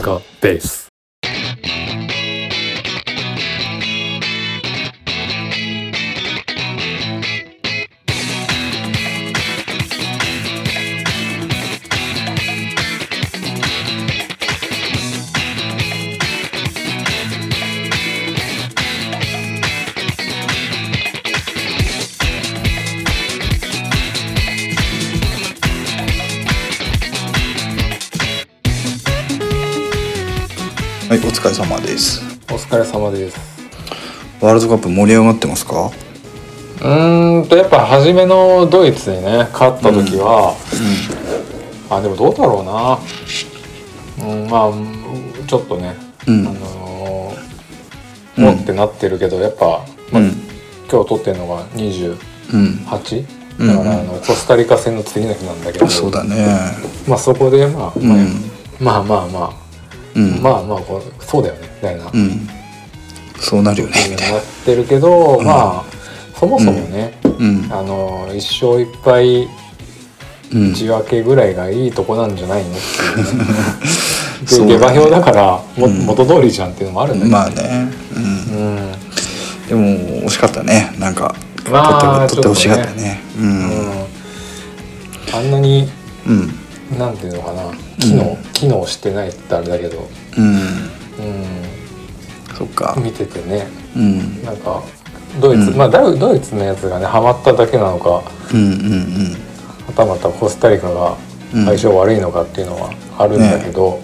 カベース。 はい、お疲れ様です。 お疲れ様です。 ワールドカップ盛り上がってますか？ やっぱ初めのドイツにね勝った時は、でもどうだろうな、まあちょっとね、もってなってるけど、やっぱ、今日撮ってるのが28、だからコスタリカ戦の次の日なんだけど、 そうだね。 まあそこでまあそうだよねみたいな、 そうなるよねみたいななってるけど、まあそもそもね、1勝1敗内訳ぐらいがいいとこなんじゃないのっていうね。で下馬評だから元通りじゃんっていうのもあるんだけど、 まあね、でも惜しかったね。なんか取ってほしかったね。 あんなに、なんていうのかな、機能してないってあれだけど、 そっか。 見ててね、なんかドイツ、ドイツのやつがねハマっただけなのか、はたまたコスタリカが相性悪いのかっていうのはあるんだけど、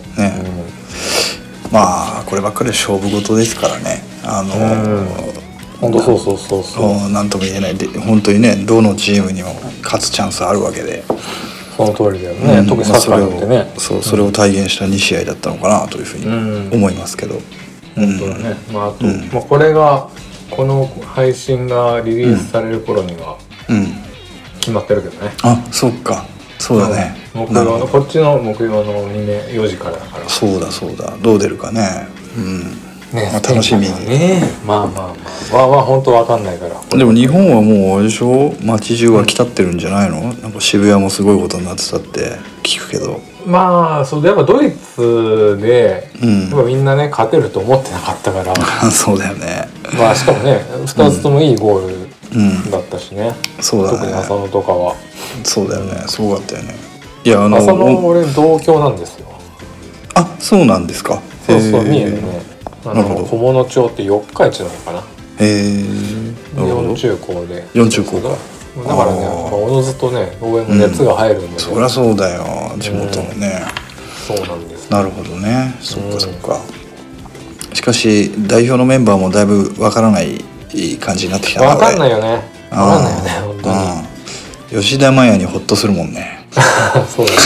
まあこればっかり勝負事ですからね。 本当そうなんとも言えないで、本当にね、どのチームにも勝つチャンスあるわけで、 その通りだよね、特にサッカーなんてね、 それを体現した2試合だったのかなというふうに思いますけど、 本当だね。あと、これがこの配信がリリースされる頃には決まってるけどね。 あ、そっか、そうだね。 木曜のこっちの木曜の未明4時からだから。 そうだ、どう出るかね。楽しみにね。まあ本当わかんないから。 でも日本はもうあれでしょ、街中が来たってるんじゃないの？なんか渋谷もすごいことになってたって聞くけど。 まあそうで、やっぱドイツで、やっぱみんなね勝てると思ってなかったから。 そうだよね。 まあしかもね2つともいいゴールだったしね。 そうだね。 特に浅野とかは。 そうだよね。すごかったよね。いや浅野俺同郷なんですよ。 あ、そうなんですか。 そう三重でね。菰野町って四日市なのかな。4中高で。 4中高か。 だからね、おのずとね応援も熱が入るんで、 そりゃそうだよ、地元もね。 そうなんです。 なるほどね。そっか。しかし代表のメンバーもだいぶわからない感じになってきたな。 わかんないよね。本当に。吉田麻也にホッとするもんね。 そうだね。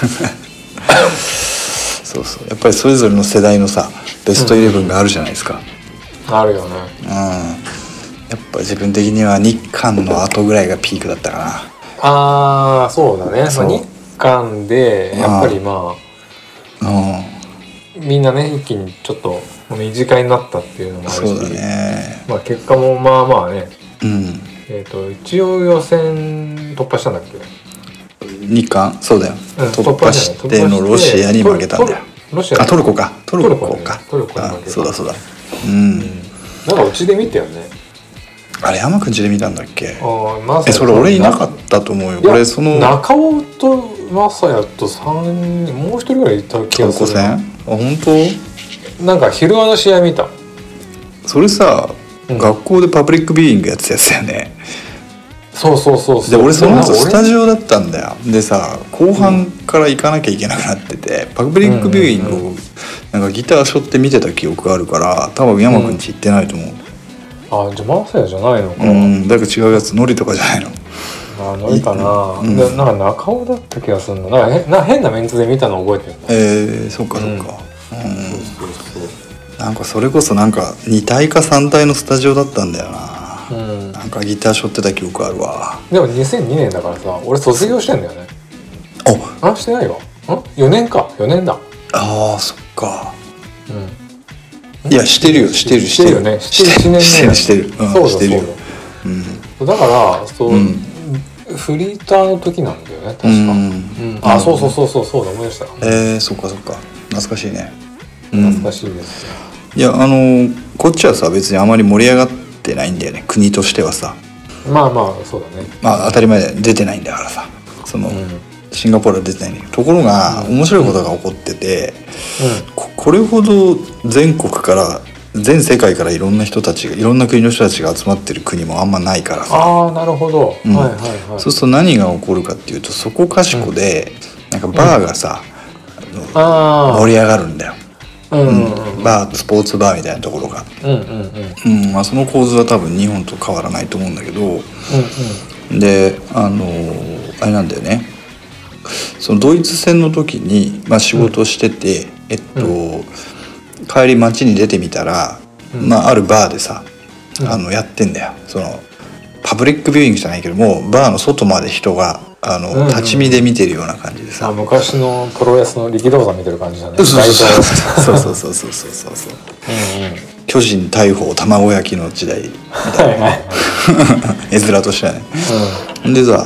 そうやっぱりそれぞれの世代のさベストイレブンがあるじゃないですか。 あるよね。 やっぱ自分的には日韓の後ぐらいがピークだったかな。そうだね。日韓でやっぱりみんなね一気にちょっと身近になったっていうのもあるし、 そうだね。 結果もまあね、一応予選突破したんだっけ？ 日韓、そうだよ。突破してのロシアに負けたんだよ。トルコか。トルコに負けた。そうだ。 なんかうちで見たよね。 あれ山くん家で見たんだっけ？ それ俺いなかったと思うよ。俺その中尾と正也と3人もう一人ぐらいいた気がする。 トルコ戦？本当？ なんか昼間の試合見た。 それさ、学校でパブリックビューイングやってたやつだよね。 そうで俺その後スタジオだったんだよ。でさ後半から行かなきゃいけなくなってて、パブリックビューイングをなんかギター背負って見てた記憶があるから、多分山くん家行ってないと思う。 じゃあマサヤじゃないのか。 だから違うやつ、ノリとかじゃないの。 ノリかな。でなんか中尾だった気がするの。なんか変なメンツで見たの覚えてるの。 そうか。なんかそれこそなんか2体か3体のスタジオだったんだよな。なんかギター背負ってた記憶あるわ。でも2002年だからさ、俺卒業してんだよね。してないわ。4年だ。 そっか。いやしてるよ。してるよね。 してる。 してるよ。だからフリーターの時なんだよね確か。そうだ思い出した。 そっか懐かしいね。 懐かしいです、 いやこっちはさ別にあまり盛り上がってないんだよね、国としてはさ。 まあまあそうだね、 まあ当たり前で出てないんだからさ、シンガポールは出てないんだけど、ところが面白いことが起こってて、これほど全国から全世界からいろんな人たちが、いろんな国の人たちが集まってる国もあんまないからさ。 ああなるほど、はいはいはい。 そうすると何が起こるかっていうと、そこかしこでなんかバーがさ、盛り上がるんだよ。バー、スポーツバーみたいなところが、まあその構図は多分日本と変わらないと思うんだけど、であれなんだよね、そのドイツ戦の時に、まあ、仕事をしてて、帰り街に出てみたら、まあ、あるバーでさ、やってんだよ。そのパブリックビューイングじゃないけども、バーの外まで人が立ち見で見てるような感じでさ、 昔のプロレスの力道山見てる感じだね。 そう巨人大砲卵焼きの時代みたいな絵面としてはね、でさ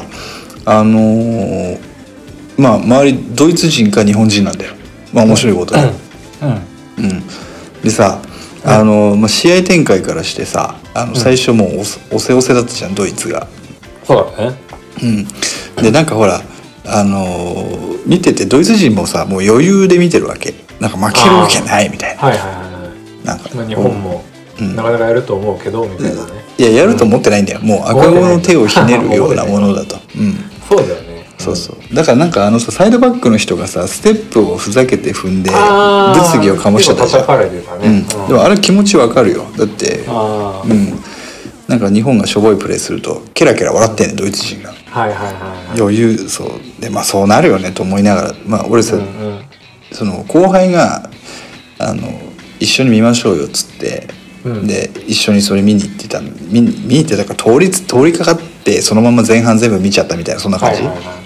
まあ周りドイツ人か日本人なんだよ。まあ面白いことだ、でさまあ、試合展開からしてさ最初もう押せ押せだったじゃん、ドイツが。 そうだね。 でなんかほら見ててドイツ人もさもう余裕で見てるわけ。なんか負けるわけないみたいな。 なんか日本もなかなかやると思うけどみたいなね。いややると思ってないんだよ。もう赤子の手をひねるようなものだと。 そうだよね。 そうだからなんかサイドバックの人がさステップをふざけて踏んで物議を醸してたじゃん。でもあれ気持ちわかるよ。だってなんか日本がしょぼいプレーするとケラケラ笑ってんね、ドイツ人が。余裕そうで、まあそうなるよねと思いながら、まあ俺さ、その後輩が一緒に見ましょうよっつって、で一緒にそれ見に行ってたから通りかかってそのまま前半全部見ちゃったみたいな、そんな感じ。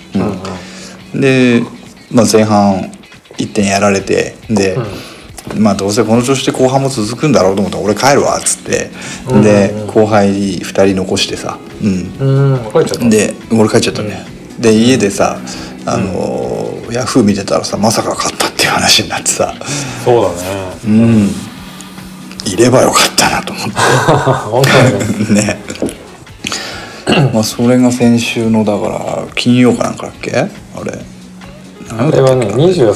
で、まあ、前半1点やられて、で、まあどうせこの調子で後半も続くんだろうと思ったら俺帰るわっつって、で後輩2人残してさ、で俺帰っちゃったね。で家でさヤフー見てたらさ、まさか勝ったっていう話になってさ、 そうだね、 いればよかったなと思って本当ねまあそれが先週のだから金曜かなんかだっけ、あれはね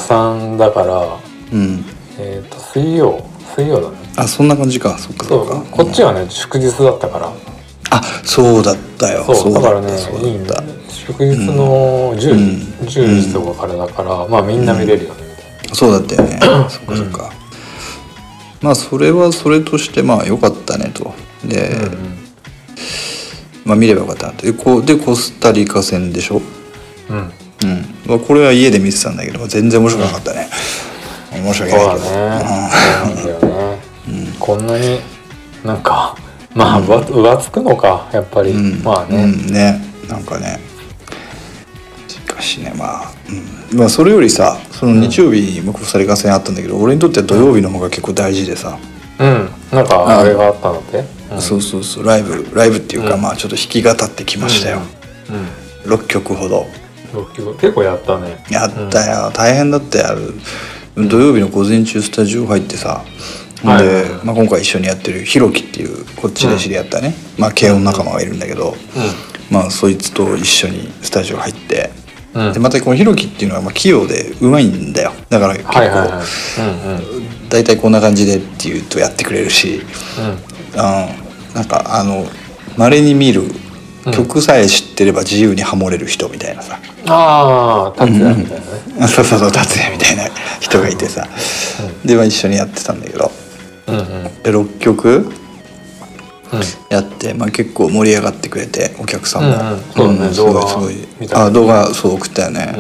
23だから、水曜だね。 あ、そんな感じか。そっかそっか。 こっちはね祝日だったから。 あ、そうだったよ。 そうだからね、いいんだ。祝日の10時とかからだから、まあみんな見れるよねみたいな。 そうだったよね。そっかそっか。まあそれはそれとしてまあ良かったねと。で、まあ見ればよかったなと。でコスタリカ戦でしょ。まあこれは家で見てたんだけど全然面白くなかったね。申し訳ないけど。そうだね。こんなになんかまあ浮つくのかやっぱり、まあね。 なんかね。しかしね、まあそれよりさ、その日曜日にコスタリカ戦あったんだけど、俺にとっては土曜日の方が結構大事でさ。 なんかあれがあったので。 そうライブっていうか、まあちょっと弾き語ってきましたよ。6曲ほど。 結構やったね。 やったよ、大変だったよ。土曜日の午前中スタジオ入ってさ、で、まあ、今回一緒にやってるひろきっていうこっちで知り合ったね、まあ軽音仲間がいるんだけど、まあそいつと一緒にスタジオ入って、でまたこのひろきっていうのはまあ器用でうまいんだよ。だから結構大体こんな感じでっていうとやってくれるし、なんか稀に見る曲さえ知ってれば自由にハモれる人みたいなさ、 達也みたいなね、 そう達也みたいな人がいてさ、で一緒にやってたんだけど、で6曲やって、まあ、結構盛り上がってくれてお客さんも、すごい動画そう送ったよね。や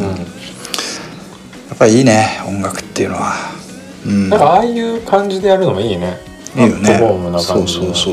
っぱりいいね音楽っていうのは。 なんかああいう感じでやるのもいいね。 いいよね。そう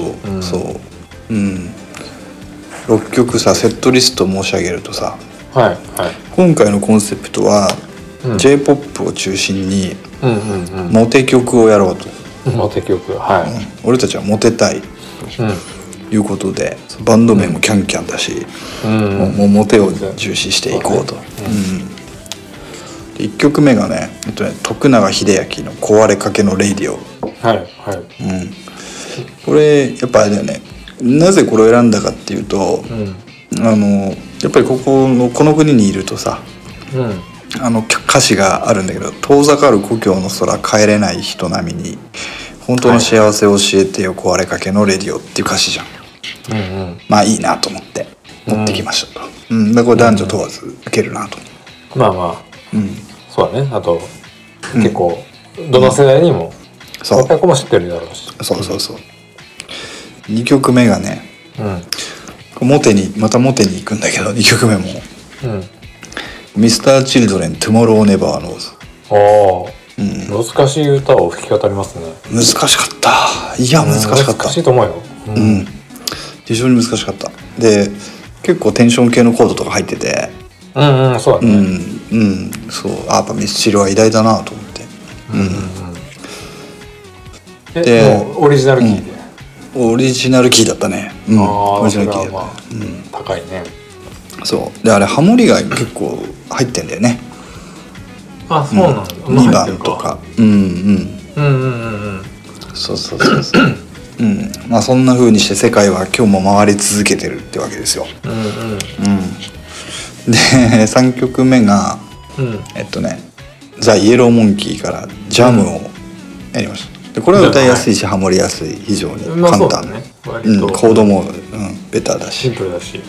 6曲さセットリスト申し上げるとさ、今回のコンセプトは、J-POP を中心にモテ曲をやろうと。 モテ曲、 俺たちはモテたいということで、バンド名もキャンキャンだし、もうモテを重視していこうと。 1曲目がね、徳永英明の壊れかけのレイディオ。 はいはい。 これやっぱあれだよね、なぜこれを選んだかっていうと、やっぱりこの国にいるとさ、歌詞があるんだけど、遠ざかる故郷の空帰れない人並みに本当の幸せを教えてよ、壊れかけのレディオっていう歌詞じゃん。まあいいなと思って持ってきましたと。だからこれ男女問わず受けるなと。 まあまあ、そうだね。あと、結構どの世代にも若い子も知ってるだろうし。 そう2曲目がね、またモテに行くんだけど、2曲目もMr.Children Tomorrow Never Knows。 難しい歌を吹き語りますね。 難しかった。いや難しかった。 難しいと思うよ。 非常に難しかった。で結構テンション系のコードとか入ってて、 そうだね。 そうやっぱミスチルは偉大だなと思って。 でもうオリジナルキーで。 オリジナルキーだったね。オリジナルキーだった。 高いね。 そうであれハモリが結構入ってんだよね。 そうなんだ。 2番とか。そうまあそんな風にして世界は今日も回り続けてるってわけですよ。で3曲目がザ・イエローモンキーからジャムをやりました。でこれは歌いやすいしハモりやすい、非常に簡単、コードもベタだしシンプルだし。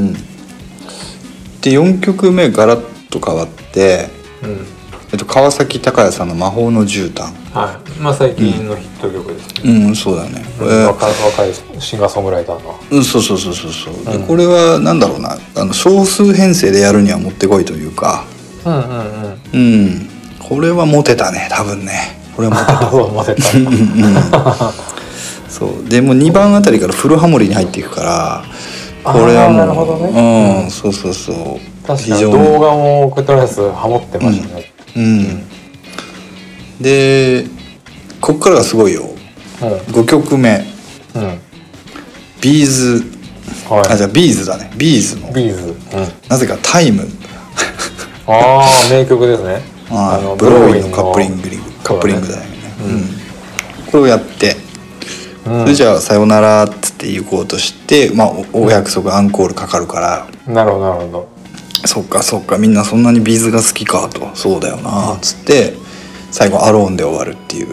で4曲目ガラッと変わって、川崎鷹也さんの魔法の絨毯。 最近のヒット曲ですね。 そうだね。 若いシンガーソングライターの。 そうでこれはなんだろうな、少数編成でやるにはもってこいというか、これはモテたね多分ね。これはモテた。 そうでも2番あたりからフルハモリに入っていくから、これはもうなるほどね。そう確かに動画もとりあえずハモってましたね。 でこっからがすごいよ。5曲目、ビーズ、じゃあビーズだね。ビーズのなぜかタイム。 名曲ですね。 ブローインのカップリングだよね。これをやって、それじゃあさよならっつって行こうとして、お約束アンコールかかるから。 なるほど。 そっかみんなそんなにビーズが好きかと。そうだよなっつって最後アローンで終わるっていう。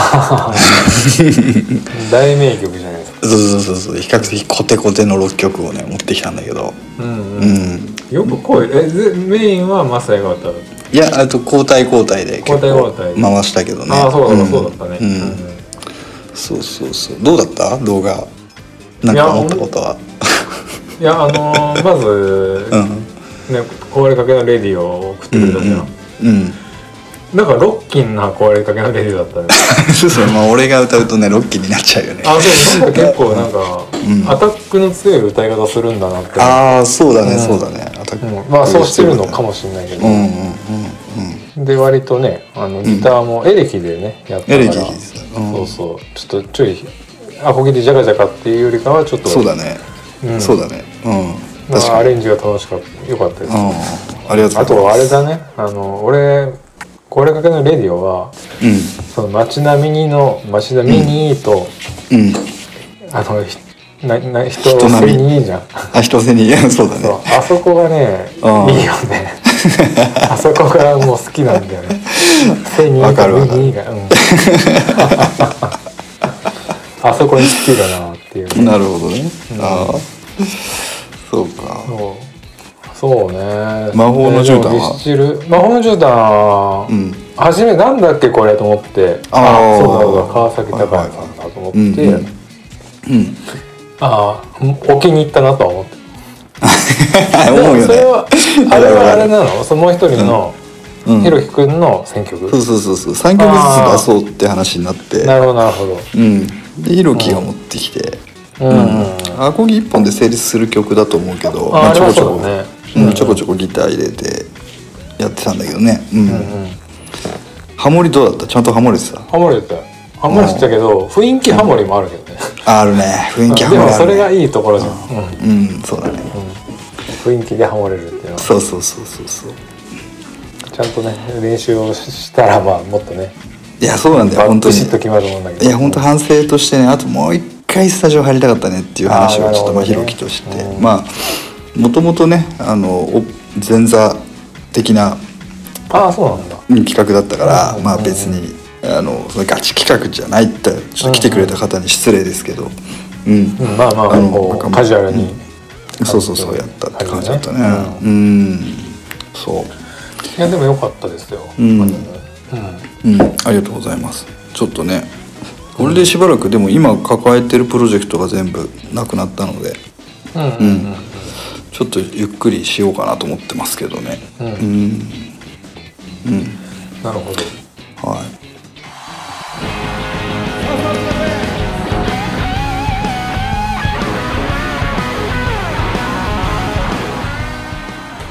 大名曲じゃないですか。 そう比較的コテコテの6曲をね持ってきたんだけど、 よくこうメインはマサイが歌う。 いや交代で結構回したけどね。 そうだったね。 そうどうだった動画なんか思ったことは。 いやまず壊れかけのレディを送ってくれたじゃん。なんかロッキンな壊れかけのレディだったね。 俺が歌うとねロッキーになっちゃうよね。 なんか結構なんかアタックの強い歌い方するんだなって。 そうだね。アタック。 そうしてるのかもしれないけど。で割とねギターもエレキでねやったから。エレキです。そうちょっとちょいアコギでジャカジャカっていうよりかはちょっと。そうだね。アレンジが楽しかった。よかったです。 ありがとうございます。 あとあれだね。俺壊れかけのレディオは、その街並みにと、人背にいいじゃん。 人背にいい。そうだね。 あそこがねいいよね。あそこがもう好きなんだよね。背にいいか右が。あそこに好きだなっていう。 なるほどね。そうか。 そうね。 魔法の絨毯は魔法の絨毯、初めなんだっけこれと思って、そうだ川崎鷹也さんだと思って、お気に入ったなとは思って。思うよね。それはあれなの？そのもう一人のひろきくんの選曲。 そう3曲ずつ出そうって話になって。 なるほど。 でひろきが持ってきて、アコギ一本で成立する曲だと思うけど、ちょこちょこね。ちょこちょこギター入れてやってたんだけどね。ハモリどうだった？ちゃんとハモれてた？ ハモれてたけど雰囲気ハモリもあるけどね。 あるね。雰囲気ハモリあるね。 でもそれがいいところじゃん。 そうだね。 雰囲気でハモれるっていうのは。 そう。 ちゃんとね練習をしたらまあもっとね、 いやそうなんだよ本当に。 ビシッと決まると思うんだけど。 いや本当反省としてね、あともう一回スタジオ入りたかったねっていう話をちょっとまあひろきとして、まあもともとね前座的なそうなんだ企画だったから、まあ別にそのガチ企画じゃないってちょっと来てくれた方に失礼ですけど、 まあまあカジュアルに、 そうやったって感じだったね。そういやでも良かったですよ。 ありがとうございます。ちょっとねこれでしばらくでも今抱えてるプロジェクトが全部なくなったので、ちょっとゆっくりしようかなと思ってますけどね。 なるほど。 はい。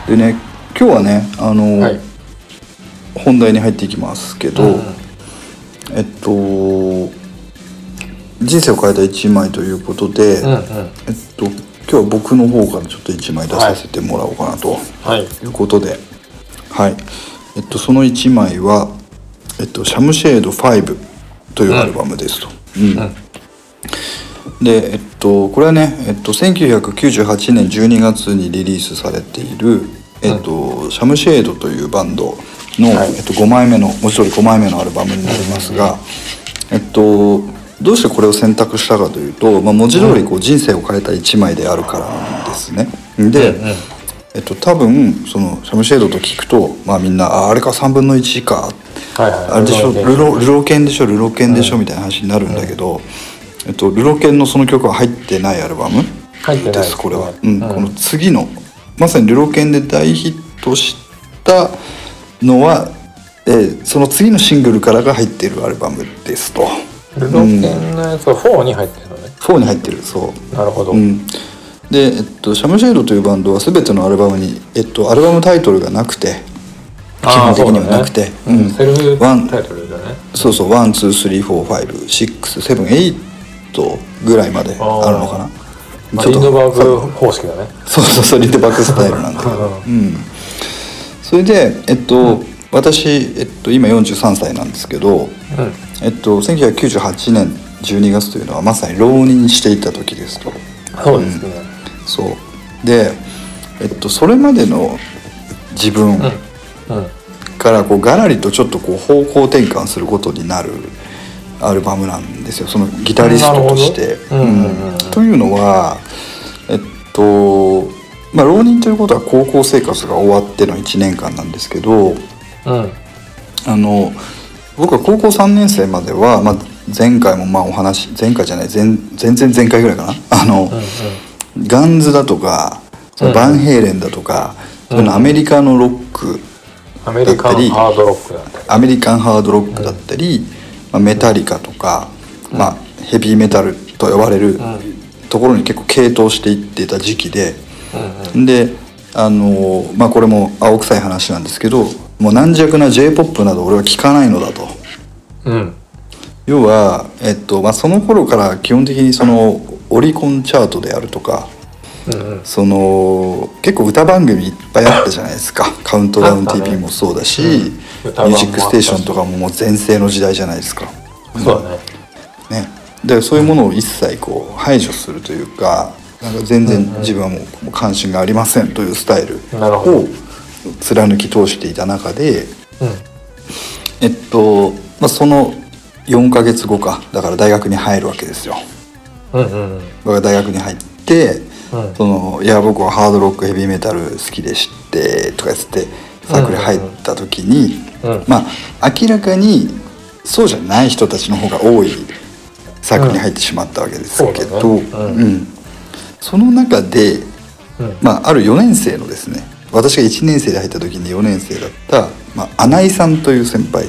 でね今日はね本題に入っていきますけど、人生を変えた1枚ということで、今日は僕の方からちょっと1枚出させてもらおうかなということで、その1枚は、シャムシェード5というアルバムですと。で、これはね、1998年12月にリリースされている、シャムシェードというバンドの、5枚目の文字通り5枚目のアルバムになりますが、どうしてこれを選択したかというと、文字通りこう人生を変えた1枚であるからなんですね。で、多分そのシャムシェードと聞くと、みんなあれか3分の1か、あれでしょルロケンでしょみたいな話になるんだけど、ルロケンのその曲は入ってないアルバムですこれは。この次のまさにルロケンで大ヒットしたのは、その次のシングルからが入っているアルバムですと。 ルロケンのやつは4に入ってるのね。 4に入ってる。そうなるほど。 で、シャムシェードというバンドは全てのアルバムに、アルバムタイトルがなくて、基本的にはなくて、 セルフタイトルだね。 そう1、2、3、4、5、6、7、8ぐらいまであるのかな。 リンドバーグ方式だね。 そうリンドバーグスタイルなんだけど、それで私、今43歳なんですけど、1998年12月というのはまさに浪人していた時ですと。 そうですね。 そうで、それまでの自分からこうガラリとちょっとこう方向転換することになるアルバムなんですよ、そのギタリストとして。というのは浪人ということは高校生活が終わっての1年間なんですけど、僕は高校3年生までは、前回もお話前回じゃない全然前回ぐらいかなガンズだとかそのバンヘイレンだとか、そういうのアメリカのロックだったりアメリカンハードロックだったり、メタリカとか、ヘビーメタルと呼ばれるところに結構傾倒していっていた時期で、でこれも青臭い話なんですけど、もう軟弱な J-POP など俺は聴かないのだと。要は、その頃から基本的にそのオリコンチャートであるとか、その結構歌番組いっぱいあったじゃないですか。カウントダウン TV もそうだし、ミュージックステーションとかももう全盛の時代じゃないですか。 そうだね。 でそういうものを一切こう排除するというか、なんか全然自分はもう関心がありませんというスタイルを貫き通していた中で、その4ヶ月後かだから大学に入るわけですよ。僕が大学に入って、いや僕はハードロックヘビーメタル好きでしてとか言ってサークル入った時に、明らかにそうじゃない人たちの方が多いサークルに入ってしまったわけですけど、その中で、ある4年生のですね、私が1年生で入った時に4年生だった、穴井さんという先輩、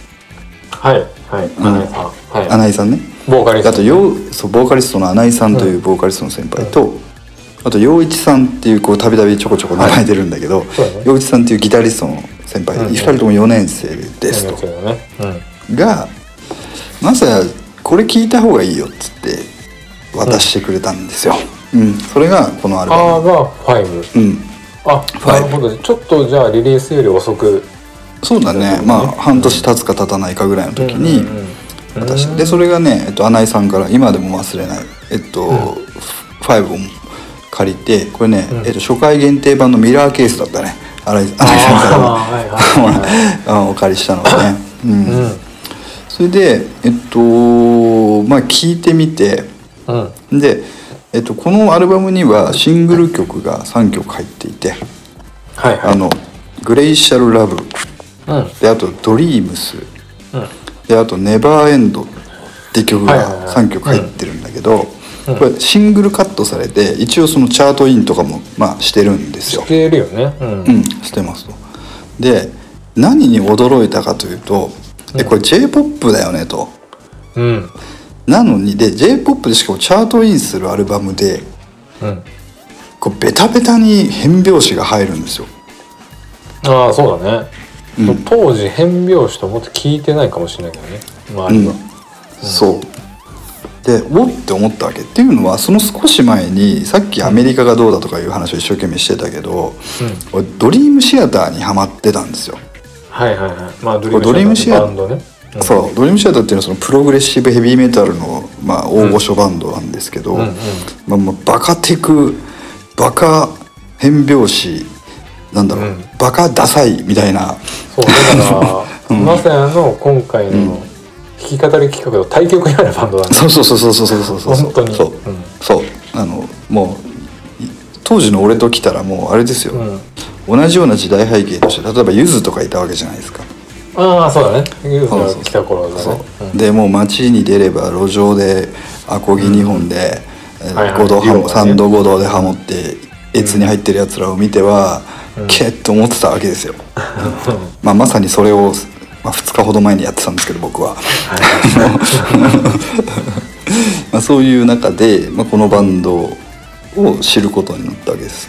穴井さんね、 ボーカリスト、 あとボーカリストの穴井さんというボーカリストの先輩と、あと陽一さんっていうたびたびちょこちょこ名前出るんだけど、陽一さんっていうギタリストの先輩、2人とも4年生ですと、がまずはこれ聞いた方がいいよっつって渡してくれたんですよ。それがこのアルバムが5。なるほど。ちょっとじゃあリリースより遅くそうだね、まあ半年経つか経たないかぐらいの時に渡して、でそれがね、穴井さんから今でも忘れない5を借りて、これね、初回限定版のミラーケースだったね、穴井さんからお借りしたのがね、それでまあ聴いてみて、で、このアルバムにはシングル曲が3曲入っていて、グレイシャルラブ、であとドリームス、であとネバーエンドって曲が3曲入ってるんだけど、これシングルカットされて一応そのチャートインとかもまあしてるんですよ。 してるよね。 してますと。で何に驚いたかというと、これ J-POP だよねと。なのにで J-POP でしかもチャートインするアルバムで、こうベタベタに変拍子が入るんですよ。 ああそうだね、当時変拍子と思って聞いてないかもしれないけどね、周りは。 そうでおって思ったわけ。っていうのはその少し前にさっきアメリカがどうだとかいう話を一生懸命してたけど、俺ドリームシアターにハマってたんですよ。 まあドリームシアターバンドね。 そうドリームシアターっていうのはそのプログレッシブヘビーメタルの、まあ、大御所バンドなんですけど、バカテクバカ変拍子なんだろう、バカダサいみたいな。 そうだからまさやの今回の弾き語り企画と対極にあるバンドだね。 そう本当にそうもう当時の俺と来たらもうあれですよ、同じような時代背景として例えばゆずとかいたわけじゃないですか。 ああそうだね、ゆずが来た頃だね。 でもう街に出れば路上でアコギ2本で3度5度でハモってエツに入ってるやつらを見てはケッと思ってたわけですよ。まさにそれを、2日ほど前にやってたんですけど僕はそういう中で、このバンドを知ることになったわけです。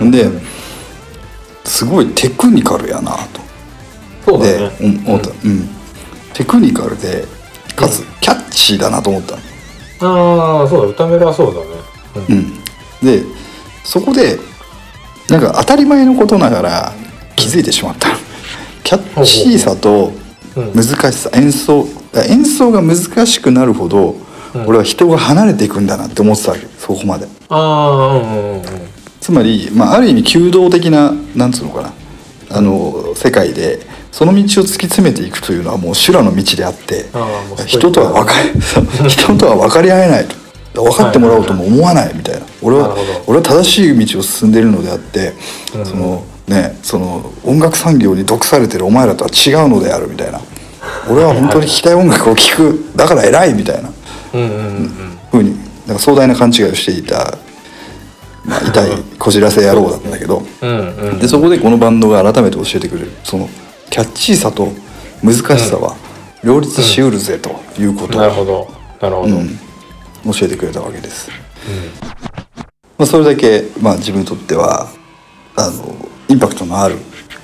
ですごいテクニカルやなと。 そうだね。 テクニカルでかつキャッチーだなと思ったの。ああそうだ、歌メロはそうだね。 でそこでなんか当たり前のことながら気づいてしまった。キャッチーさと難しさ、演奏が難しくなるほど、俺は人が離れていくんだなって思ってたわけ、そこまで。つまり、ある意味弓道的ななんつうのかな、世界でその道を突き詰めていくというのはもう修羅の道であって、人とは分かり合えないと、分かってもらおうとも思わないみたいな。俺は正しい道を進んでいるのであって、その音楽産業に毒されてるお前らとは違うのであるみたいな。俺は本当に聴きたい音楽を聴く、だから偉いみたいなふうになんか壮大な勘違いをしていた、痛いこじらせ野郎だったんだけど、でそこでこのバンドが改めて教えてくれるそのキャッチーさと難しさは両立しうるぜということを教えてくれたわけです。それだけ自分にとってはインパクトのある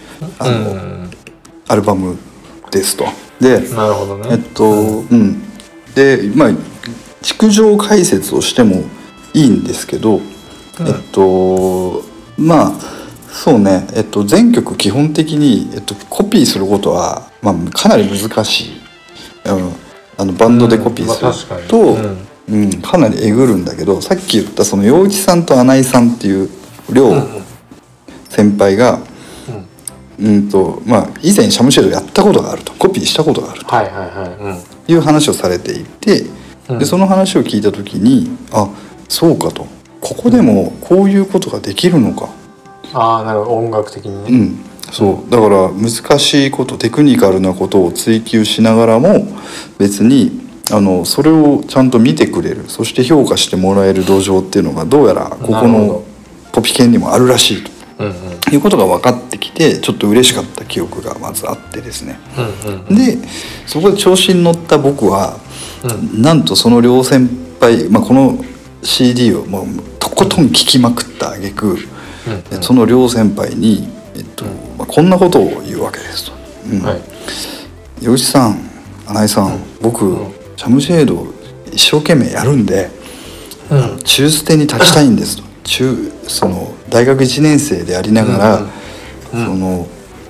アルバムですと。で、 なるほどね。 で築城解説をしてもいいんですけど、そうね、全曲基本的に、コピーすることは、かなり難しい。バンドでコピーすると、かなりえぐるんだけど、さっき言ったその陽一さんと穴井さんっていう両先輩が、以前シャムシェードやったことがあると、コピーしたことがあるという話をされていて、でその話を聞いた時にそうかと、ここでもこういうことができるのか。 なるほど、音楽的にね。 そうだから難しいこと、テクニカルなことを追求しながらも別にそれをちゃんと見てくれる、そして評価してもらえる土壌っていうのがどうやらここのポピケンにもあるらしいということが分かってきて、ちょっと嬉しかった記憶がまずあってですね。でそこで調子に乗った僕は、なんとその両先輩、この CD をもうとことん聴きまくった挙句、その両先輩に、こんなことを言うわけですと。陽一さん、穴井さん、僕シャムシェード一生懸命やるんで、中ステに立ちたいんですと。その大学1年生でありながら、その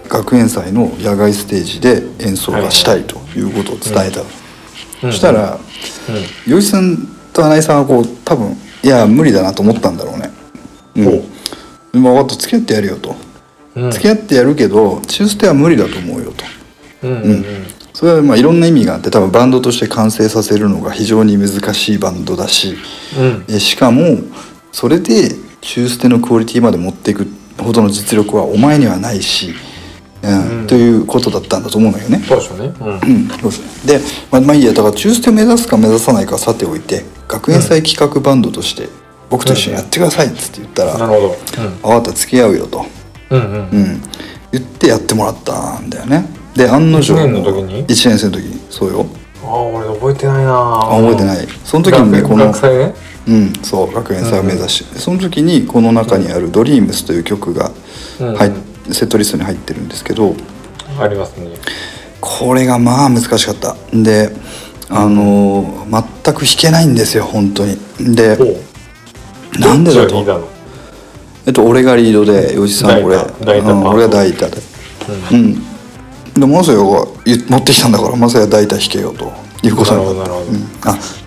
学園祭の野外ステージで演奏がしたいということを伝えた、そしたら洋一さんと穴井さんはこう多分いや無理だなと思ったんだろうね。分かった付き合ってやるよと、付き合ってやるけど中ステは無理だと思うよと、それはまあいろんな意味があって、多分バンドとして完成させるのが非常に難しいバンドだし、しかもそれで中ステのクオリティまで持っていくほどの実力はお前にはないし、ということだったんだと思うんだよね。 そうですね。 で、まあいいや、だから中ステを目指すか目指さないかさておいて、学園祭企画バンドとして僕と一緒にやってくださいっつって言ったら、 なるほど、 分かった付き合うよと、言ってやってもらったんだよね。で案の定 1年の時に 1年生の時にそうよ。 俺覚えてないな。 覚えてない。その時にねこの学祭ね。 そう学園祭を目指して、その時にこの中にある「ドリームスという曲がセットリストに入ってるんですけど、 ありますね。 これがまあ難しかった。で全く弾けないんですよ本当に。でなんでだと俺がリードで洋一さん俺が大太で、でマサヤが持ってきたんだからマサヤ大太弾けよということになった。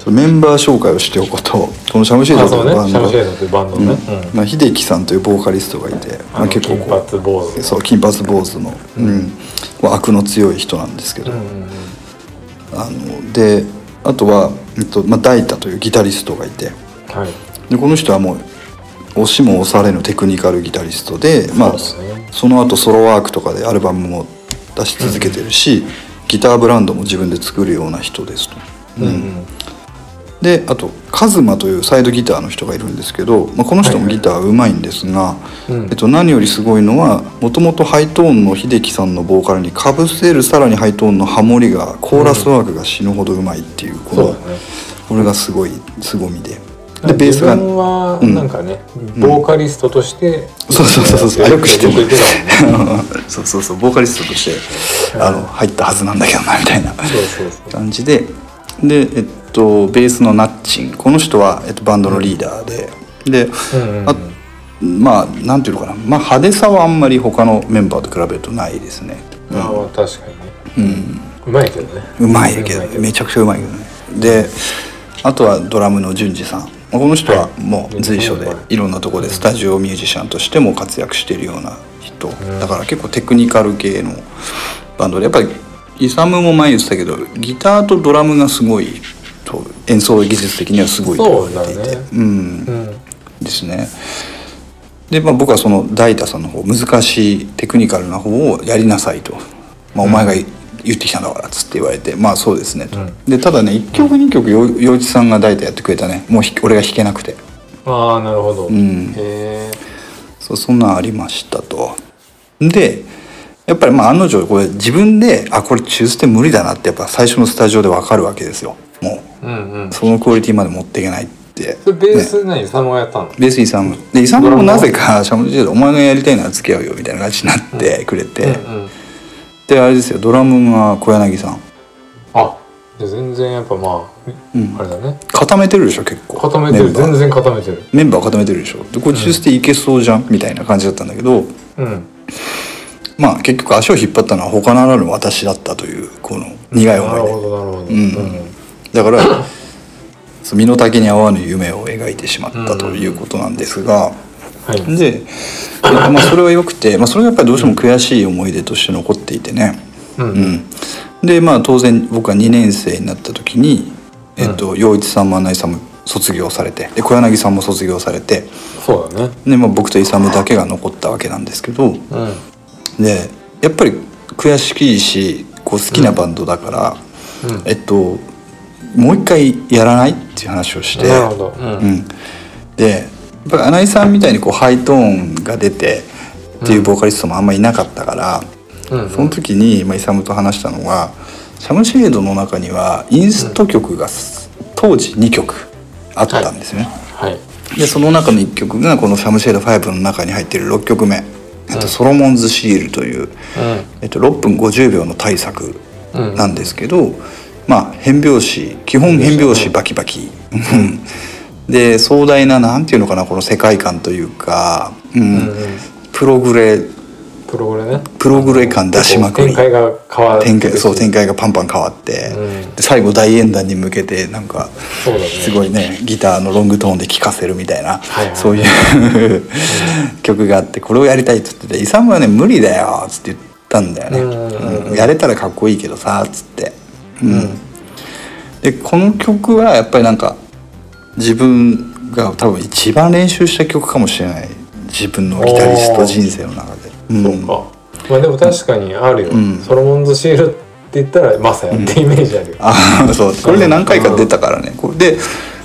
メンバー紹介をしておくと、このシャムシェードというバンド、 シャムシェードというバンドね、 秀樹さんというボーカリストがいて、 結構金髪坊主、 そう金髪坊主の、悪の強い人なんですけど、であとは大太というギタリストがいて、でこの人はもう押しも押されぬテクニカルギタリストで、その後ソロワークとかでアルバムも出し続けてるし、ギターブランドも自分で作るような人ですと。であとカズマというサイドギターの人がいるんですけど、この人もギターうまいんですが、何よりすごいのはもともとハイトーンの秀樹さんのボーカルにかぶせるさらにハイトーンのハモリがコーラスワークが死ぬほどうまいっていうこれがすごい凄みで。でベースが自分はなんかね、ボーカリストとしてそうよく知ってるそうボーカリストとして入ったはずなんだけどなみたいな感じで、ベースのナッチン、この人はバンドのリーダーで、まあなんていうのかな、派手さはあんまり他のメンバーと比べるとないですね。 確かにね。うまいけどね。 うまいけどめちゃくちゃうまいけどね。であとはドラムの淳二さん、この人はもう随所でいろんなところでスタジオミュージシャンとしても活躍しているような人だから、結構テクニカル系のバンドで、やっぱりイサムも前言ってたけどギターとドラムがすごい演奏技術的にはすごいと言われていて、ですね。で、僕はその大太さんの方、難しいテクニカルな方をやりなさいと、お前が言ってきたんだからっつって言われて、そうですねと、でただね1曲2曲洋一さんが大太やってくれたね。もう俺が弾けなくて。 なるほど。 そんなんありましたと。でやっぱり案の定これ自分でこれ中ステ無理だなってやっぱ最初のスタジオで分かるわけですよ。もう、そのクオリティまで持っていけないって。 それベース何イサムがやったの？ ベースイサムで、イサムもなぜかシャムジェードお前がやりたいなら付き合うよみたいな感じになってくれて、であれですよ、ドラムが小柳さん。 全然やっぱあれだね、 固めてるでしょ。結構固めてる。全然固めてる。 メンバー固めてるでしょ。でこれ中ステいけそうじゃんみたいな感じだったんだけど、結局足を引っ張ったのは他ならぬ私だったというこの苦い思いで。 なるほど。 だから身の丈に合わぬ夢を描いてしまったということなんですが、で、それはよくて、それがやっぱりどうしても悔しい思い出として残っていてね。で当然僕は2年生になった時に洋一さんも穴井さんも卒業されて、で小柳さんも卒業されて、 そうだね。 で僕とイサムだけが残ったわけなんですけど、でやっぱり悔しいし好きなバンドだから、もう一回やらないっていう話をして、 なるほど。 でやっぱり穴井さんみたいにハイトーンが出てっていうボーカリストもあんまりいなかったから、その時にイサムと話したのが、シャムシェードの中にはインスト曲が当時2曲あったんですよね。でその中の1曲がこのシャムシェード5の中に入っている6曲目、ソロモンズシールという、6分50秒の大作なんですけど、変拍子、基本変拍子バキバキで壮大ななんていうのかな、この世界観というか、プログレプログレね。 プログレ感出しまくり、 展開が変わって展開がパンパン変わって、で最後大演壇に向けてなんかすごいねギターのロングトーンで聴かせるみたいな、そういう曲があって、これをやりたいって言ってて、イサムはね無理だよっつって言ったんだよね、やれたらかっこいいけどさっつって、でこの曲はやっぱりなんか自分が多分一番練習した曲かもしれない、自分のギタリスト人生の中で。 そうか、まあでも確かにあるよ、ソロモンズシールって言ったらマサヤってイメージあるよ、 そうこれで何回か出たからね、これで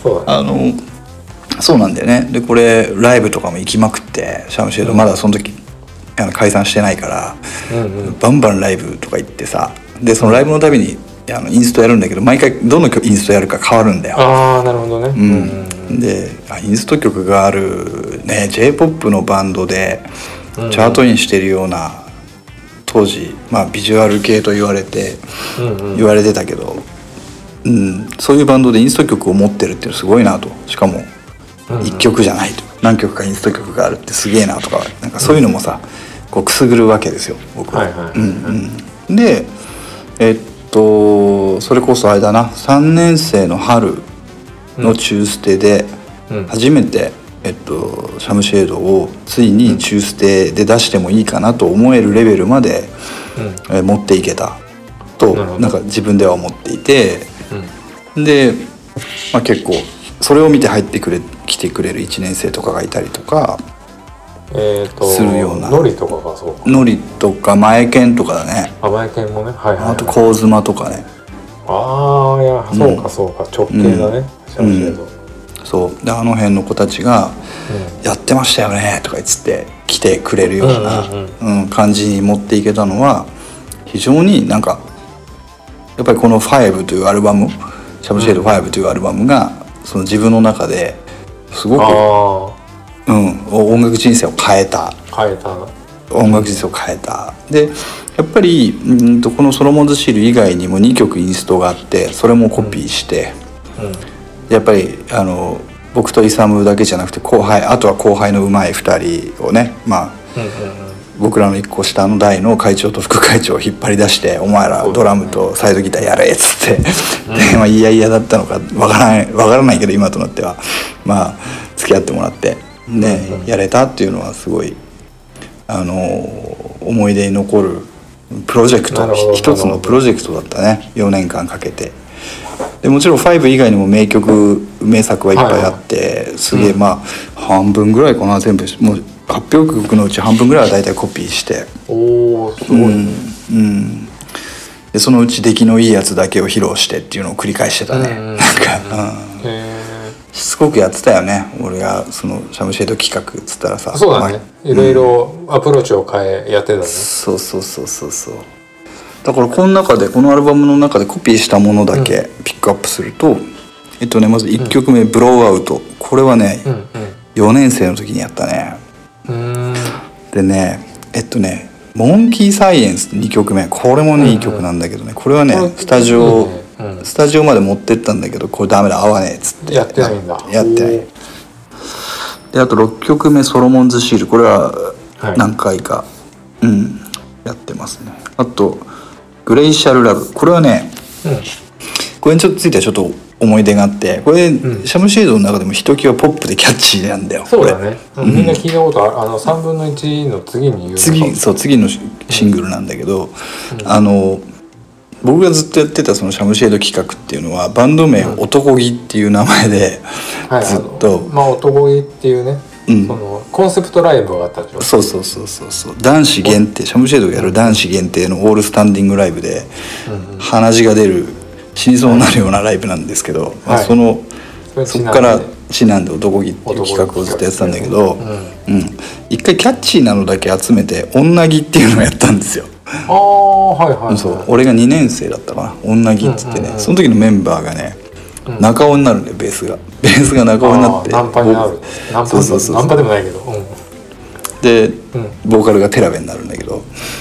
そうなんだよね。でこれライブとかも行きまくって、シャムシェードまだその時解散してないから、バンバンライブとか行ってさ、でそのライブのたびにインストやるんだけど、毎回どのインストやるか変わるんだよ。 ああなるほどね。 でインスト曲があるね J-POP のバンドでチャートインしてるような、当時ビジュアル系と言われてたけど、そういうバンドでインスト曲を持ってるっていうのすごいなと。しかも1曲じゃないと、何曲かインスト曲があるってすげえなとか、なんかそういうのもさこうくすぐるわけですよ僕は。でそれこそあれだな、3年生の春の中ステで初めて、シャムシェードをついに中ステで出してもいいかなと思えるレベルまで、持っていけたとなんか自分では思っていて、で、結構それを見て入ってきてくれる1年生とかがいたりとかするような。 ノリとかがそうか。 ノリとか前剣とかだね。 前剣もね、あとコウズマとかね。 いやそうかそうか、直系だね、シャムシェード。 そうでの辺の子たちが「やってましたよね」とか言って来てくれるような感じに持っていけたのは、非常になんかやっぱりこの5というアルバム、シャムシェード5というアルバムがその自分の中ですごく音楽人生を変えた。音楽人生を変えた。でやっぱりこのソロモンズシール以外にも2曲インストがあって、それもコピーして、やっぱり僕とイサムだけじゃなくてあとは後輩のうまい2人をね、僕らの1個下の代の会長と副会長を引っ張り出して「お前らドラムとサイドギターやれ」っつって、でいやだったのかわからないけど、今となっては付き合ってもらってね、やれたっていうのはすごい思い出に残るプロジェクト、一つのプロジェクトだったね、4年間かけて。でもちろん5以外にも名作はいっぱいあって、すげえ半分ぐらいかな、全部もう発表曲のうち半分ぐらいは大体コピーして、 すごいね。 でそのうち出来のいいやつだけを披露してっていうのを繰り返してたね。なんかしつこくやってたよね、俺がそのシャムシェード企画っつったらさ。 そうだね、いろいろアプローチを変えやってたね。 そうだからこのアルバムの中でコピーしたものだけピックアップすると、まず1曲目「ブローアウト」、これはね、4年生の時にやったね。でねモンキーサイエンス2曲目、これもねいい曲なんだけどね、これはねスタジオまで持ってったんだけど、これダメだ合わねえっつってやってないんだ。 やってない。であと6曲目「ソロモンズシール」、これは何回か、やってますね。あとグレイシャルラブ、これはね、これについてはちょっと思い出があって、これ、シャムシェードの中でもひときわポップでキャッチーなんだよ。 そうだね、みんな聞いたことある。3分の1の次に言う次のシングルなんだけど、僕がずっとやってたそのシャムシェード企画っていうのはバンド名を男気っていう名前でずっと、 男気っていうね、そのコンセプトライブがあったでしょ。 そう男子限定、シャムシェードがやる男子限定のオールスタンディングライブで、鼻血が出る死にそうになるようなライブなんですけど、そこからちなんで男気っていう企画をずっとやってたんだけど、一回キャッチーなのだけ集めて女気っていうのをやったんですよ。そう俺が2年生だったかな、女気っつってね、その時のメンバーがね中尾になるんだよ、ベースが中尾になって、 ナンパになる。ナンパでもないけど、 でボーカルがテラベになるんだけど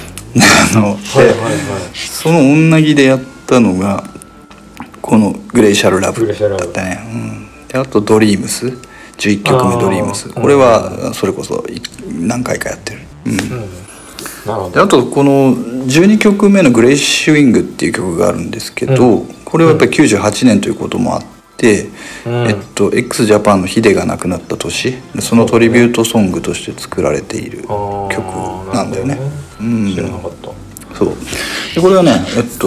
その女気でやったのがこのグレイシャルラブだったね。であとドリームス、11曲目ドリームス、これはそれこそ何回かやってる。 なるほど。 であとこの12曲目の「グレイシュウィング」っていう曲があるんですけど、これはやっぱり98年ということもあって、x ジャパンのヒデが亡くなった年、そのトリビュートソングとして作られている曲なんだよね。 知らなかった。 そうでこれはね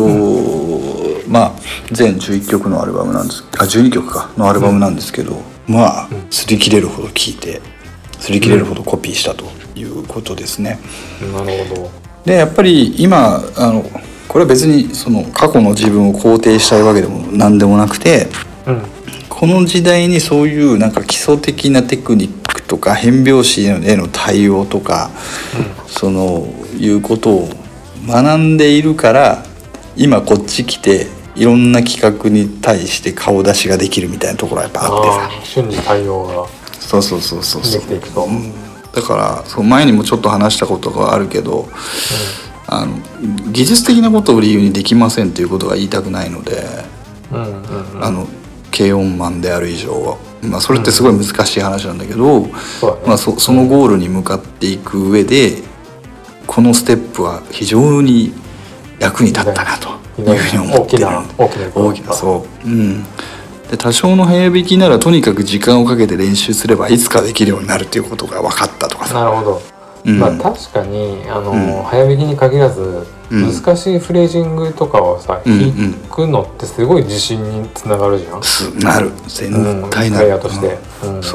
全11曲のアルバムなんです12曲かのアルバムなんですけど、擦り切れるほど聴いて擦り切れるほどコピーしたということですね。 なるほど。 でやっぱり今これは別にその過去の自分を肯定したいわけでも何でもなくて、この時代にそういうなんか基礎的なテクニックとか変拍子への対応とか、そのいうことを学んでいるから今こっち来ていろんな企画に対して顔出しができるみたいなところはやっぱあってさ、瞬時対応ができていくと。 だから前にもちょっと話したことがあるけど、技術的なことを理由にできませんということが言いたくないので、軽音マンである以上は、それってすごい難しい話なんだけど、そのゴールに向かっていく上でこのステップは非常に役に立ったなというふうに思ってる。大きなそう、で多少の早弾きならとにかく時間をかけて練習すればいつかできるようになるということが分かったとかさ。 なるほど。確かに早弾きに限らず難しいフレージングとかをさ弾くのってすごい自信につながるじゃん。 なる、絶対なる。 プレイヤーとして、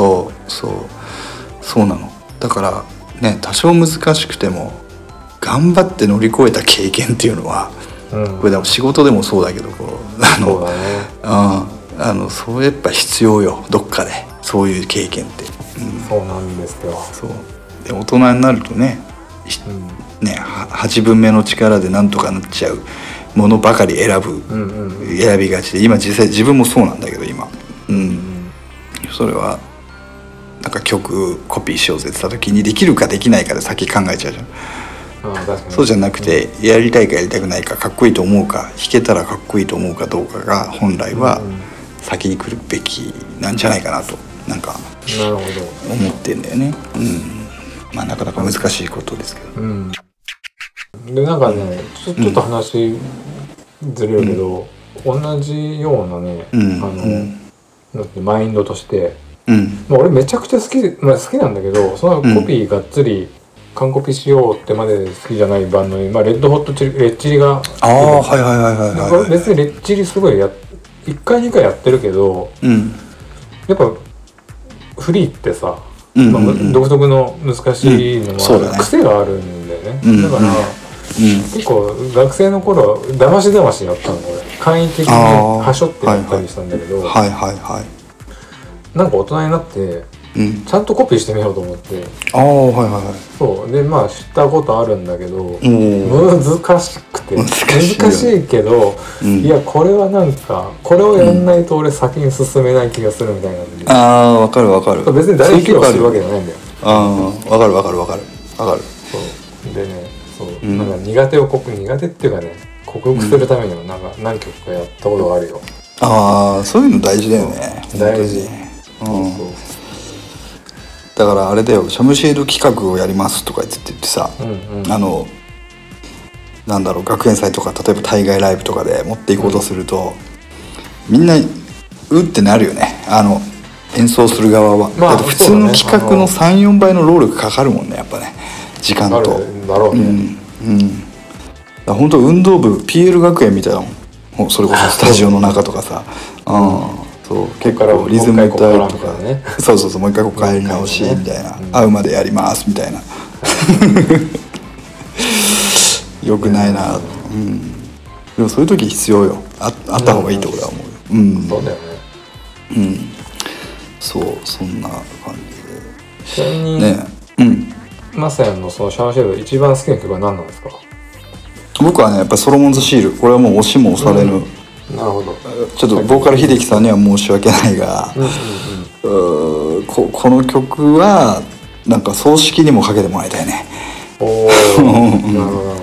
そうなの。だからね、多少難しくても頑張って乗り越えた経験っていうのは、これでも仕事でもそうだけどそうだね。 そうやっぱ必要よ、どっかでそういう経験って。 そうなんですよ。 そうで大人になるとね、8分目の力でなんとかなっちゃうものばかり選びがちで、今実際自分もそうなんだけど今、それはなんか曲コピーしようぜって言った時にできるかできないかで先考えちゃうじゃん。そうじゃなくて、やりたいかやりたくないか、かっこいいと思うか、弾けたらかっこいいと思うかどうかが本来は先に来るべきなんじゃないかなとなんか思ってんだよね。なかなか難しいことですけど、 でなんかねちょっと話ずれるけど、同じようなね、マインドとして、俺めちゃくちゃ好きなんだけど、そのコピーがっつり完コピしようってまで好きじゃないバンドに、レッドホットレッチリが別にレッチリすごい1回2回やってるけど、やっぱフリーってさ、独特の難しいのも癖があるんだよね。だから結構学生の頃だましやったの俺、簡易的にはしょってやったりしたんだけど、なんか大人になってちゃんとコピーしてみようと思って、そうで知ったことあるんだけど、難しくて難しいけど、いやこれはなんかこれをやんないと俺先に進めない気がするみたいなんで、 わかる。 別に大披露するわけじゃないんだよ。 わかる。 そうでね、なんか苦手っていうかね、克服するためにはなんか何曲かやったことがあるよ。 そういうの大事だよね。 大事。 だからあれだよ、シャムシェード企画をやりますとか言ってさ、なんだろう、学園祭とか例えば対外ライブとかで持っていこうとすると、みんなってなるよね、演奏する側は。だって普通の企画の 3,4 倍の労力かかるもんね、やっぱね、時間と。 だろうね。 本当運動部 PL 学園みたいなもん、それこそスタジオの中とかさ、そう結構リズム隊とかね、そうもう一回ここ帰り直しみたいな、会うまでやりますみたいなよくないな。でもそういう時必要よ、あった方がいいと俺は思うよ。 そうだよね。 そんな感じで。 ちなみにマサヤンのそのシャワーシェード一番好きな曲は何なんですか？ 僕はね、やっぱりソロモンズシール、これはもう押しも押されぬ、 なるほど。 ちょっとボーカル秀樹さんには申し訳ないが、この曲はなんか葬式にもかけてもらいたいね。 なるほど。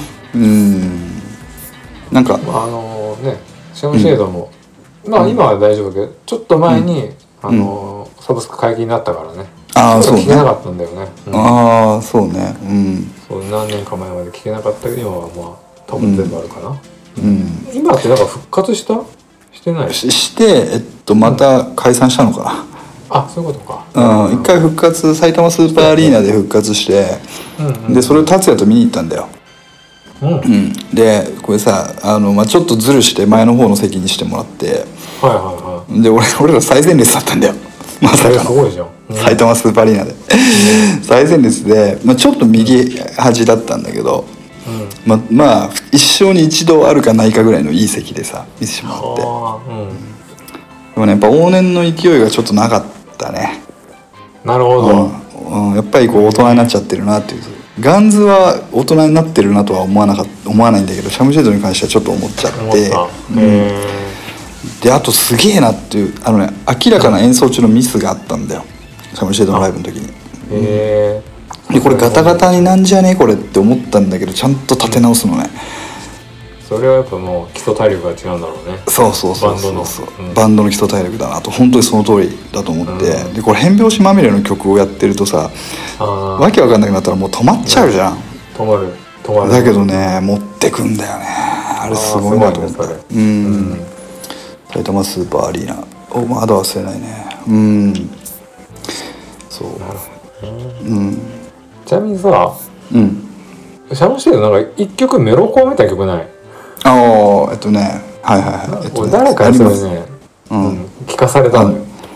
なんかシャムシェードも今は大丈夫だけど、ちょっと前にサブスク解禁になったからね。そう聞けなかったんだよね。 そうね。 そう何年か前まで聞けなかったけど今はまあ多分全部あるかな、 うん、 今ってなんか復活してないして、また解散したのかな、 あ、そういうことか。 一回復活、埼玉スーパーアリーナで復活して、でそれを達也と見に行ったんだよ、でこれさちょっとズルして前の方の席にしてもらって、で俺ら最前列だったんだよ、まさかのすごいじゃん、 埼玉スーパーアリーナで最前列で、ちょっと右端だったんだけど、まあ一生に一度あるかないかぐらいのいい席でさ見せてもらって、でもねやっぱ往年の勢いがちょっとなかったね。 なるほど、 やっぱりこう大人になっちゃってるなっていう。ガンズは大人になってるなとは思わないんだけど、シャムシェードに関してはちょっと思っちゃって、であとすげえなっていう明らかな演奏中のミスがあったんだよ、シャムシェードのライブの時に。でこれガタガタになんじゃねえこれって思ったんだけど、ちゃんと立て直すのね、 それはやっぱもう基礎体力が違うんだろうね。 そうバンドの基礎体力だなと、本当にその通りだと思って、でこれ変拍子まみれの曲をやってるとさ、わけわかんなくなったらもう止まっちゃうじゃん、 止まるだけどね持ってくんだよね、あれすごいなと思った。埼玉スーパーアリーナまだ忘れないね。そう、 ちなみにさ、シャムシェードなんか一曲メロコアみたいな曲ない？誰かにそれね、聞かされたのよ。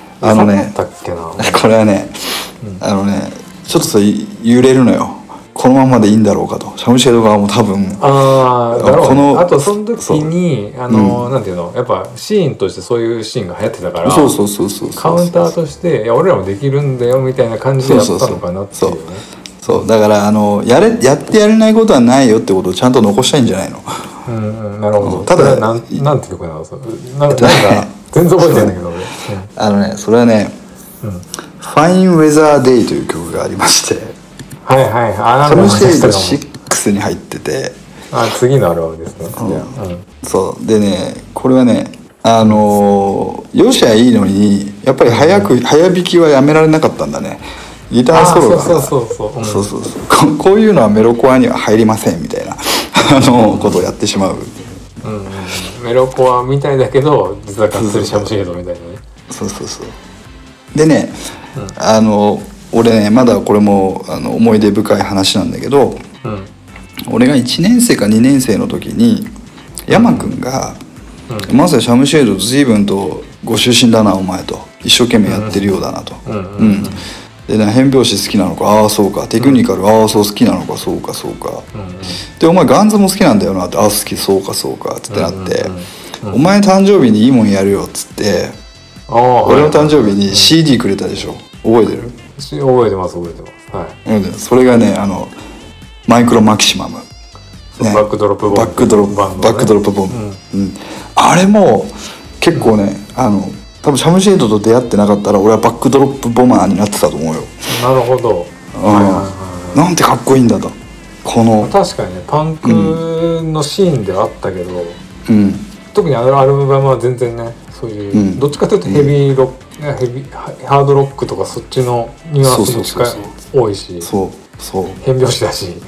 これはね、ちょっとさ揺れるのよ。このままでいいんだろうかと、シャムシェード側も多分。 あとその時になんていうの、やっぱシーンとしてそういうシーンが流行ってたから、カウンターとしていや俺らもできるんだよみたいな感じでやったのかなっていうね。 そうだからやってやれないことはないよってことをちゃんと残したいんじゃないの。 なるほど。ただなんて曲なの？なんか全然覚えてないんだけど俺。 それはね、Fine Weather Day という曲がありまして、シャムシェード6に入ってて、 次のアルバムですね。 そうでね、これはねよしゃいいのにやっぱり早弾きはやめられなかったんだね。ギターソロがこういうのはメロコアには入りませんみたいなことをやってしまう。 メロコアみたいだけど実はがっつりシャムシェードみたいなね。 でね、俺ねまだこれも思い出深い話なんだけど、俺が1年生か2年生の時に山くんが「まさにシャムシェード随分とご出身だなお前」と「一生懸命やってるようだな」と。でね、変拍子好きなのか、ああそうか、テクニカル、ああそう好きなのか、そうか、でお前ガンズも好きなんだよなって、ああ好き、そうかってなって、お前誕生日にいいもんやるよっつって、俺の誕生日に CD くれたでしょ、覚えてる？ 覚えてます。 それがねマイクロマキシマム、 バックドロップボム、あれも結構ね多分シャムシェードと出会ってなかったら俺はバックドロップボマーになってたと思うよ。 なるほど。 なんてかっこいいんだと。 確かにねパンクのシーンではあったけど、特にアルバムは全然ねそういう、どっちかというとヘビーロック、ハードロックとかそっちのニュアンスも多いし、変拍子だし、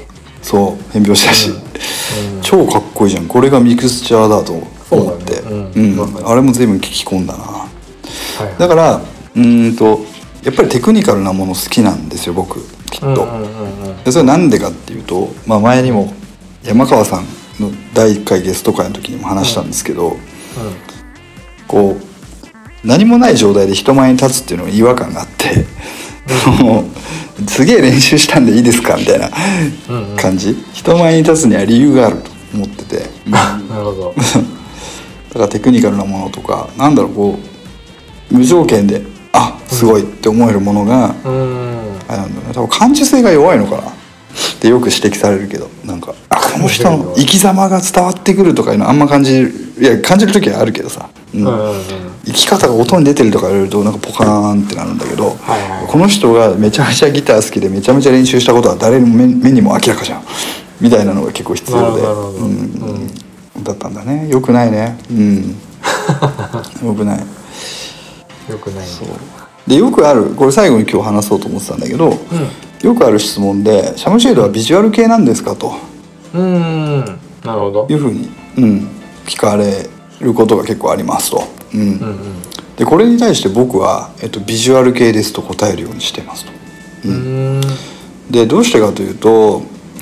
超かっこいいじゃん。これがミクスチャーだと思って、あれも随分聞き込んだな。だからやっぱりテクニカルなもの好きなんですよ僕きっと。でそれなんでかっていうと、前にも山川さんの第1回ゲスト会の時にも話したんですけど、こう何もない状態で人前に立つっていうのが違和感があってすげえ練習したんでいいですかみたいな感じ、人前に立つには理由があると思っててなるほどだからテクニカルなものとかこう無条件ですごいって思えるものが、多分感受性が弱いのかなってよく指摘されるけど、この人の生き様が伝わってくるとかいうのあんま感じる時はあるけどさ、生き方が音に出てるとか言われるとポカーンってなるんだけど、この人がめちゃめちゃギター好きでめちゃめちゃ練習したことは誰の目にも明らかじゃんみたいなのが結構必要で、だったんだね。よくないね。よくない。そうでよくある、これ最後に今日話そうと思ってたんだけど、 よくある質問でシャムシェードはビジュアル系なんですかとなるほどいうふうに、聞かれることが結構ありますと、でこれに対して僕は、ビジュアル系ですと答えるようにしてますと、でどうしてかというと、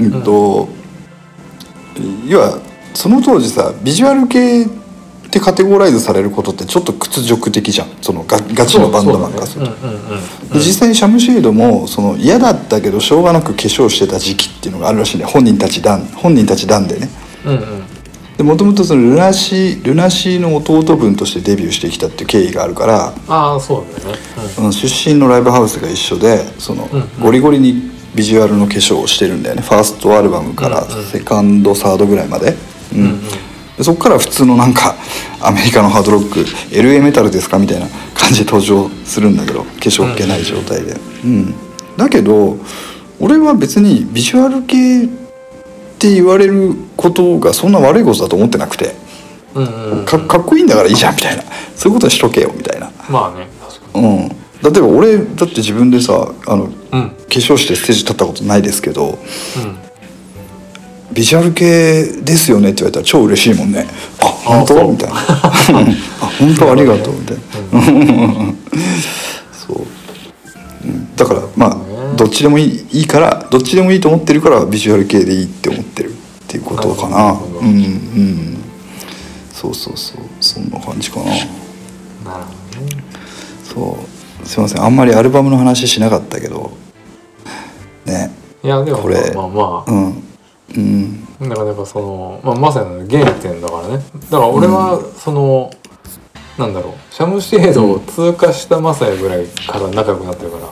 要はその当時さビジュアル系ってカテゴライズされることってちょっと屈辱的じゃん、そのガチのバンドマンからすると。で実際にシャムシェードもその嫌だったけどしょうがなく化粧してた時期っていうのがあるらしいね、本人たち団でね。でもともとそのルナシーの弟分としてデビューしてきたっていう経緯があるから、 そうだよね、 出身のライブハウスが一緒でその、ゴリゴリにビジュアルの化粧をしてるんだよね、ファーストアルバムからセカンドサードぐらいまで、でそこから普通のなんかアメリカのハードロック LA メタルですかみたいな感じで登場するんだけど、化粧っ気ない状態で、だけど俺は別にビジュアル系って言われることがそんな悪いことだと思ってなくて、かっこいいんだからいいじゃんみたいな、そういうことにしとけよみたいな。 まあね確かに、 例えば俺だって自分でさ化粧してステージ立ったことないですけど、ビジュアル系ですよねって言われたら超嬉しいもんね。あ本当みたいなあ本当ありがとうみたいなそう、だからまあどっちでもいいからどっちでもいいと思ってるからビジュアル系でいいって思ってるっていうことかな。そうそんな感じかな。なるほどね。 そうすいませんあんまりアルバムの話しなかったけどね。 いやでもこれまあだからやっぱその、まさに原点だからね。だから俺はその、なんだろうシャムシェードを通過したマサヤぐらいから仲良くなってるから、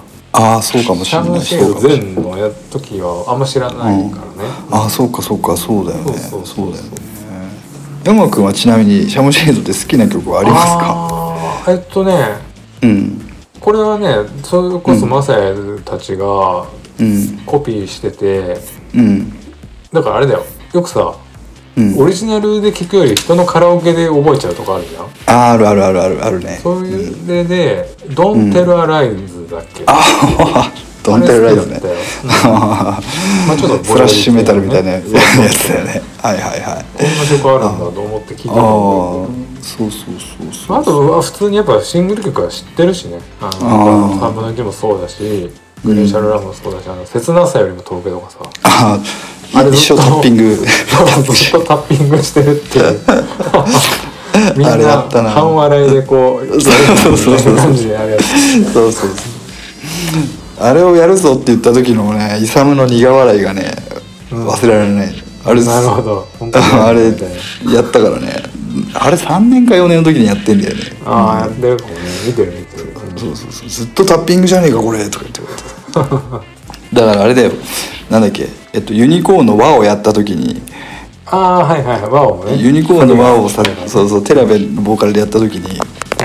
そうかもしれない。 シャムシェード前の時はあんま知らないからね、 そうかそうだよね。そうだよね。山君はちなみにシャムシェードで好きな曲はありますか？ これはねそれこそマサヤたちがコピーしてて、だからあれだよよくさ、オリジナルで聴くより人のカラオケで覚えちゃうとかあるじゃん。 あるね。 そういう例で「Don't Tell a Lies」だっけ。 Don't Tell a Lies ね。 まあちょっとスラッシュメタルみたいなやつだよね。はいこんな曲あるんだと思って聴いたんだけど、そうあとは普通にやっぱシングル曲は知ってるしね。3分の1もそうだしグレーシャルラムもそうだし、切なさよりも遠けとかさ、 一生タッピングずっとタッピングしてるっていうみんな半笑いでこう感じでやるやつ。 あれをやるぞって言った時のねイサムの苦笑いがね忘れられない。あれなるほどあれやったからね。あれ3年か4年の時にやってんだよね。 やってるかもね。見てるそうずっとタッピングじゃねえかこれとか言ってだからあれだよなんだっけユニコーンの輪をやった時に輪をねユニコーンの輪をさテラベのボーカルでやった時に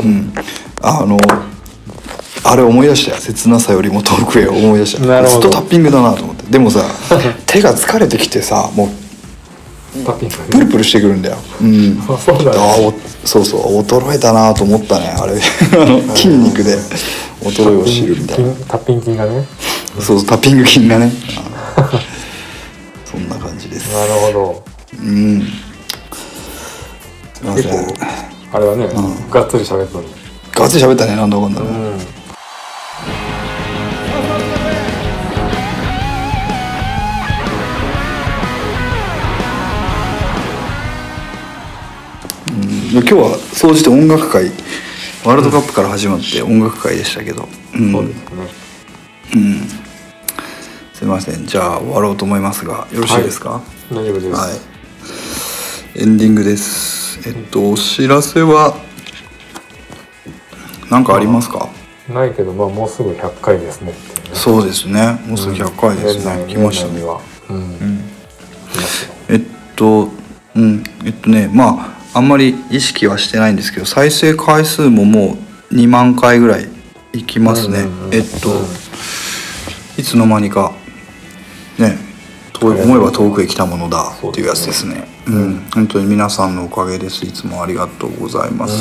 あれ思い出したよ。切なさよりも遠くへ思い出した。ずっとタッピングだなと思って。でもさ手が疲れてきてさもうプルプルしてくるんだよ。 そうだね。 そう衰えたなと思ったねあれ筋肉で衰えを知るみたいな。 タッピング筋がね。 タッピング筋がねそんな感じです。 なるほど。結構あれはねがっつり喋ったの。 がっつり喋ったねなんだかんだね。今日は総じて音楽会ワールドカップから始まって音楽会でしたけど、 そうですね。 すいませんじゃあ終わろうと思いますがよろしいですか？ 大丈夫です。 エンディングです。お知らせは何かありますか？ ないけどもうすぐ100回ですねっていうね。 そうですねもうすぐ100回ですね。来ましたね。あんまり意識はしてないんですけど再生回数ももう2万回ぐらいいきますね。いつの間にかね思えば遠くへ来たものだっていうやつですね。本当に皆さんのおかげです。いつもありがとうございます。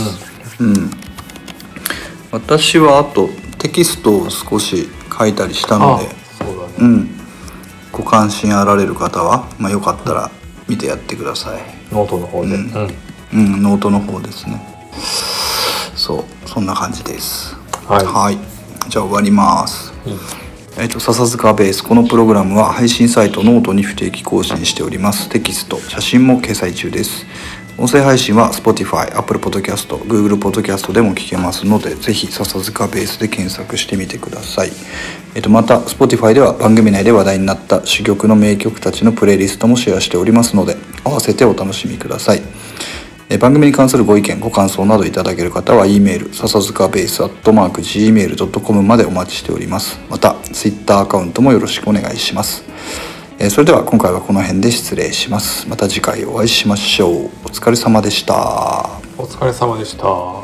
私はあとテキストを少し書いたりしたのでご関心あられる方は、よかったら見てやってください。 ノートの方で、 ノートの方ですね。そんな感じです。はい、じゃあ終わります。笹塚ベース、このプログラムは配信サイトノートに不定期更新しております。テキスト、写真も掲載中です。音声配信は Spotify、Apple Podcast、Google Podcast でも聞けますので、ぜひ笹塚ベースで検索してみてください。また Spotify では番組内で話題になった珠玉の名曲たちのプレイリストもシェアしておりますので、合わせてお楽しみください。番組に関するご意見ご感想などいただける方は E メール笹塚ベース@gmail.com までお待ちしております。また Twitter アカウントもよろしくお願いします。それでは今回はこの辺で失礼します。また次回お会いしましょう。お疲れ様でした。 お疲れ様でした。